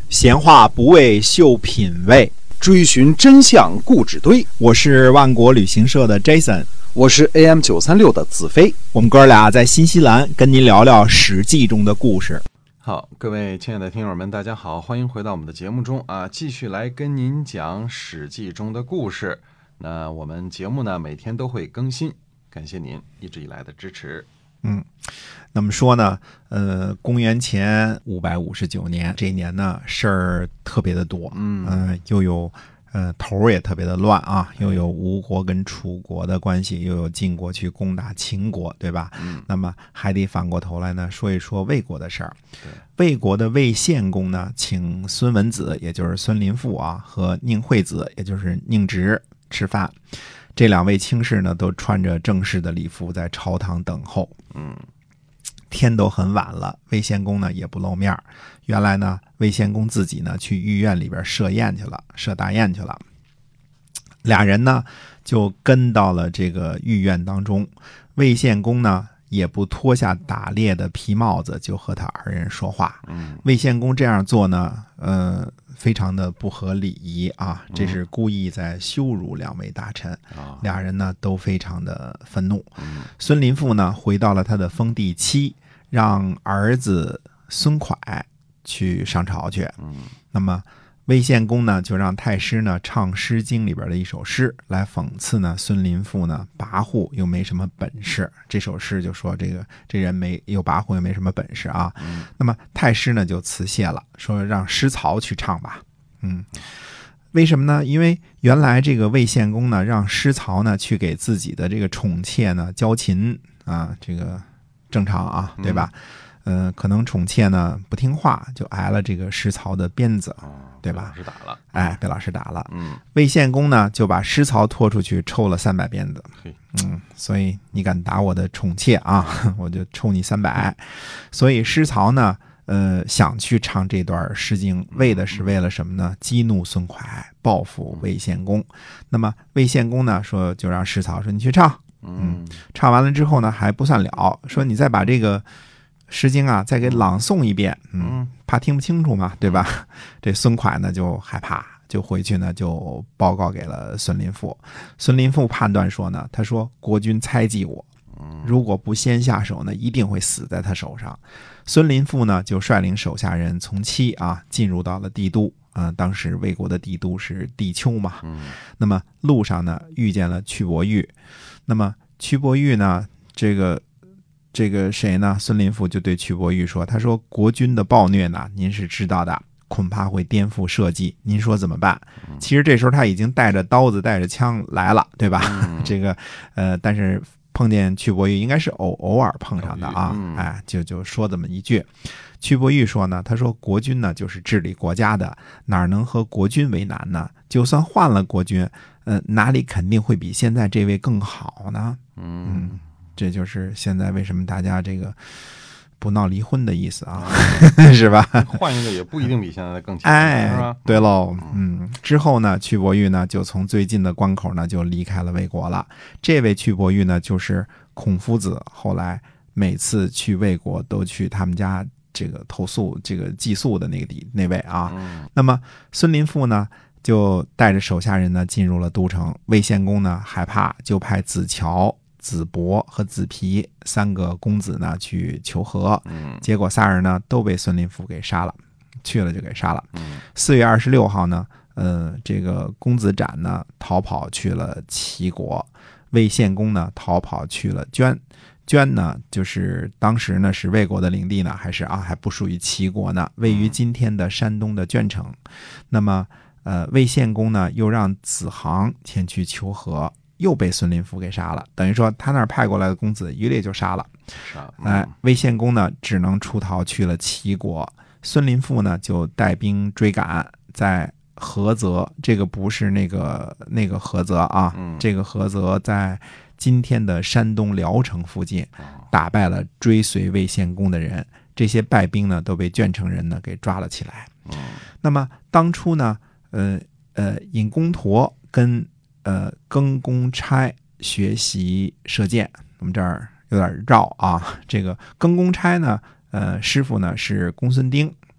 闲话不为秀品味， 追寻真相故纸堆。 我是万国旅行社的 Jason， 我是 AM936 的子飞。 我们哥俩在新西兰跟您聊聊《史记》中的故事。 好，各位亲爱的听友们，大家好，欢迎回到我们的节目中啊，继续来跟您讲《史记》中的故事。那我们节目呢，每天都会更新，感谢您一直以来的支持。 那么说呢，公元前559年这一年呢，事儿特别的多，又有头儿也特别的乱啊，又有吴国跟楚国的关系，又有晋国去攻打秦国，对吧？那么还得反过头来呢，说一说魏国的事儿。魏国的魏献公呢，请孙文子，也就是孙林父啊，和宁惠子，也就是宁直吃饭。这两位卿士呢，都穿着正式的礼服在朝堂等候。天都很晚了，魏献公呢也不露面。原来呢，魏献公自己呢去御苑里边设大宴去了。俩人呢就跟到了这个御苑当中。魏献公呢也不脱下打猎的皮帽子，就和他二人说话。魏献公这样做呢，非常的不合礼仪啊，这是故意在羞辱两位大臣。俩人呢都非常的愤怒。孙林父呢回到了他的封地期，让儿子孙蒯去上朝去。那么魏献公呢就让太师呢唱《诗经》里边的一首诗来讽刺呢孙林父呢跋扈又没什么本事。这首诗就说这人又跋扈又没什么本事啊。那么太师呢就辞谢了，说让师曹去唱吧。为什么呢？因为原来这个魏献公呢让师曹呢去给自己的这个宠妾呢教琴啊，这个正常啊，对吧？可能宠妾呢不听话，就挨了这个师曹的鞭子，对吧？ 被老师打了， 被老师打了。魏献公呢就把师曹拖出去抽了300鞭子。所以你敢打我的宠妾啊，我就抽你300。所以师曹呢，想去唱这段诗经，为的是为了什么呢？激怒孙蒯，报复魏献公。那么魏献公呢说，就让师曹说你去唱。唱完了之后呢还不算了，说你再把这个诗经啊再给朗诵一遍，怕听不清楚嘛，对吧？这孙蒯呢就害怕，就回去呢就报告给了孙林父。孙林父判断说呢，他说国君猜忌我，如果不先下手呢，一定会死在他手上。孙林父呢就率领手下人从期啊进入到了帝都。当时魏国的帝都是地丘嘛。那么路上呢遇见了屈伯玉。那么屈伯玉呢，这个谁呢？孙林父就对屈伯玉说，他说国君的暴虐呢，您是知道的，恐怕会颠覆社稷，您说怎么办？其实这时候他已经带着刀子带着枪来了，对吧？但是碰见屈伯玉应该是偶尔碰上的啊。就说这么一句。屈伯玉说呢，他说国君呢就是治理国家的，哪能和国君为难呢？就算换了国君，哪里肯定会比现在这位更好呢？这就是现在为什么大家这个不闹离婚的意思啊，是吧？ 换一个也不一定比现在的更强，是吧？ 对喽。之后呢，屈伯玉呢就从最近的关口呢就离开了魏国了。这位屈伯玉呢就是孔夫子后来每次去魏国都去他们家这个投宿这个寄宿的那位啊。那么孙林父呢就带着手下人呢进入了都城。魏献公呢害怕，就派子乔、子伯和子皮3个公子呢去求和。结果仨人呢都被孙林父给杀了，去了就给杀了。4月26号呢，这个公子展呢逃跑去了齐国，魏献公呢逃跑去了捐。捐呢就是当时呢是魏国的领地呢，还不属于齐国呢，位于今天的山东的捐城。那么魏献公呢又让子航前去求和，又被孙林父给杀了，等于说他那儿派过来的公子一律就杀了。魏献公呢只能出逃去了齐国。孙林父呢就带兵追赶，在菏泽，这个不是那个菏泽啊，这个菏泽在今天的山东聊城附近，打败了追随魏献公的人。这些败兵呢都被鄄城人呢给抓了起来。那么当初呢尹公陀跟庚公差学习射箭，我们这儿有点绕啊。这个庚公差呢师傅呢是公孙丁，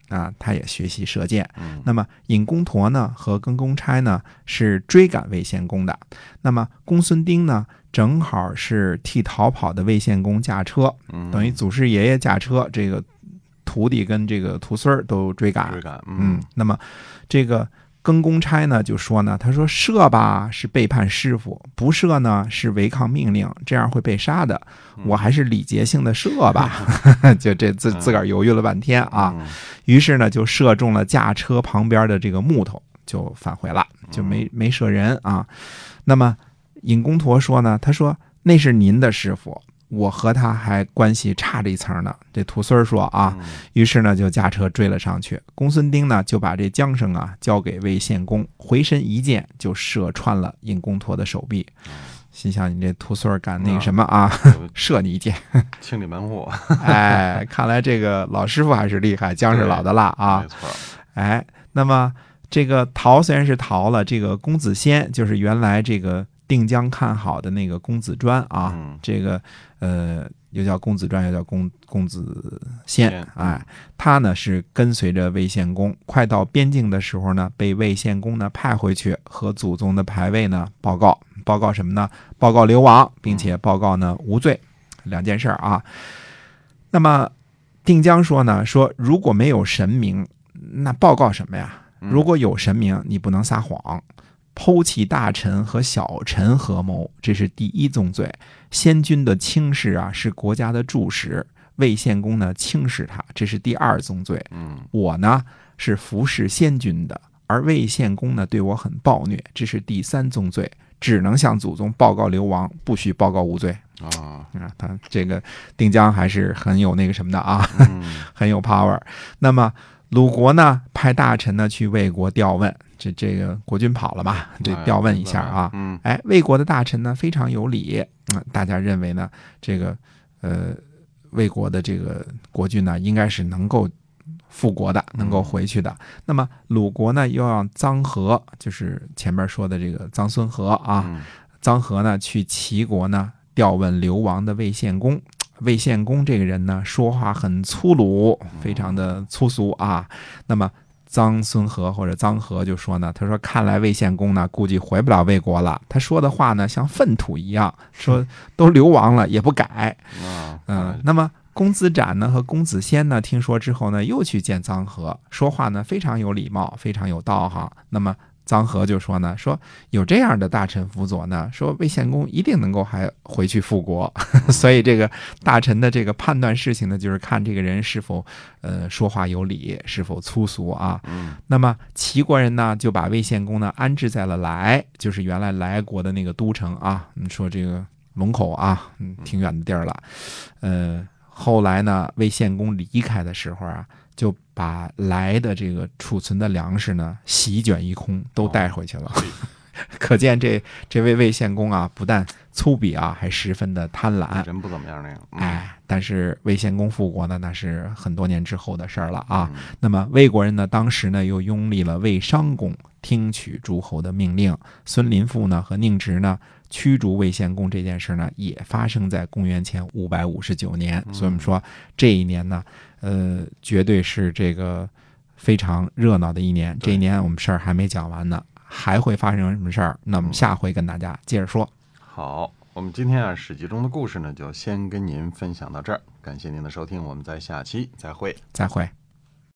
啊，他也学习射箭。那么尹公陀呢和更公差呢是追赶魏献公的。那么公孙丁呢正好是替逃跑的魏献公驾车，等于祖师爷爷驾车，这个徒弟跟这个徒孙都追赶。那么这个更公差呢就说呢，他说射吧是背叛师傅，不射呢是违抗命令，这样会被杀的，我还是礼节性的射吧。就这自个儿犹豫了半天啊，于是呢就射中了驾车旁边的这个木头，就返回了，就没射人啊。那么尹公陀说呢，他说那是您的师傅，我和他还关系差着一层呢。这徒孙说啊，于是呢就驾车追了上去。公孙丁呢就把这缰绳啊交给魏献公，回身一箭就射穿了尹公陀的手臂。心想你这徒孙敢那个什么啊，射你一箭， 清理门户。 哎，看来这个老师傅还是厉害，姜是老的辣啊。 没错。 哎，那么这个逃虽然是逃了，这个公子痫就是原来这个定姜看好的那个公子专啊，这个又叫公子专，又叫公子痫。哎，他呢是跟随着魏献公，快到边境的时候呢，被魏献公呢派回去和祖宗的牌位呢报告什么呢？报告流亡，并且报告呢无罪，两件事啊。那么定姜说呢，说如果没有神明，那报告什么呀？如果有神明，你不能撒谎。剖弃大臣和小臣合谋，这是第一宗罪。先君的轻视啊，是国家的柱石。魏献公呢轻视他，这是第二宗罪。我呢是服侍先君的，而魏献公呢对我很暴虐，这是第三宗罪。只能向祖宗报告流亡，不许报告无罪。他这个定姜还是很有那个什么的啊，很有 power。那么鲁国呢派大臣呢去魏国调问，这个国君跑了嘛，得调问一下啊。魏国的大臣呢非常有礼，大家认为呢这个魏国的这个国君呢应该是能够复国的，能够回去的。那么鲁国呢又让臧和，就是前面说的这个臧孙和啊，臧和呢去齐国呢调问流亡的魏献公。魏献公这个人呢说话很粗鲁，非常的粗俗啊。那么臧孙和或者臧和就说呢，他说看来魏献公呢估计回不了魏国了，他说的话呢像粪土一样，说都流亡了也不改。那么公子展呢和公子痫呢听说之后呢又去见臧和，说话呢非常有礼貌，非常有道行。那么臧和就说呢，说有这样的大臣辅佐呢，说魏献公一定能够还回去复国。所以这个大臣的这个判断事情呢，就是看这个人是否说话有理，是否粗俗啊。那么齐国人呢就把魏献公呢安置在了莱，就是原来莱国的那个都城啊。你说这个龙口啊，挺远的地儿了。后来呢魏献公离开的时候啊，就把来的这个储存的粮食呢席卷一空，都带回去了。可见这位魏献公啊，不但粗鄙啊，还十分的贪婪， 人不怎么样那个。但是魏献公复国呢，那是很多年之后的事儿了啊。那么魏国人呢，当时呢又拥立了魏商公，听取诸侯的命令。孙林父呢和宁直呢驱逐魏献公这件事呢，也发生在公元前559年。所以我们说这一年呢，绝对是这个非常热闹的一年。这一年我们事儿还没讲完呢，还会发生什么事儿？那我们下回跟大家接着说。 好，我们今天啊史记中的故事呢，就先跟您分享到这儿。感谢您的收听，我们在下期再会。 再会。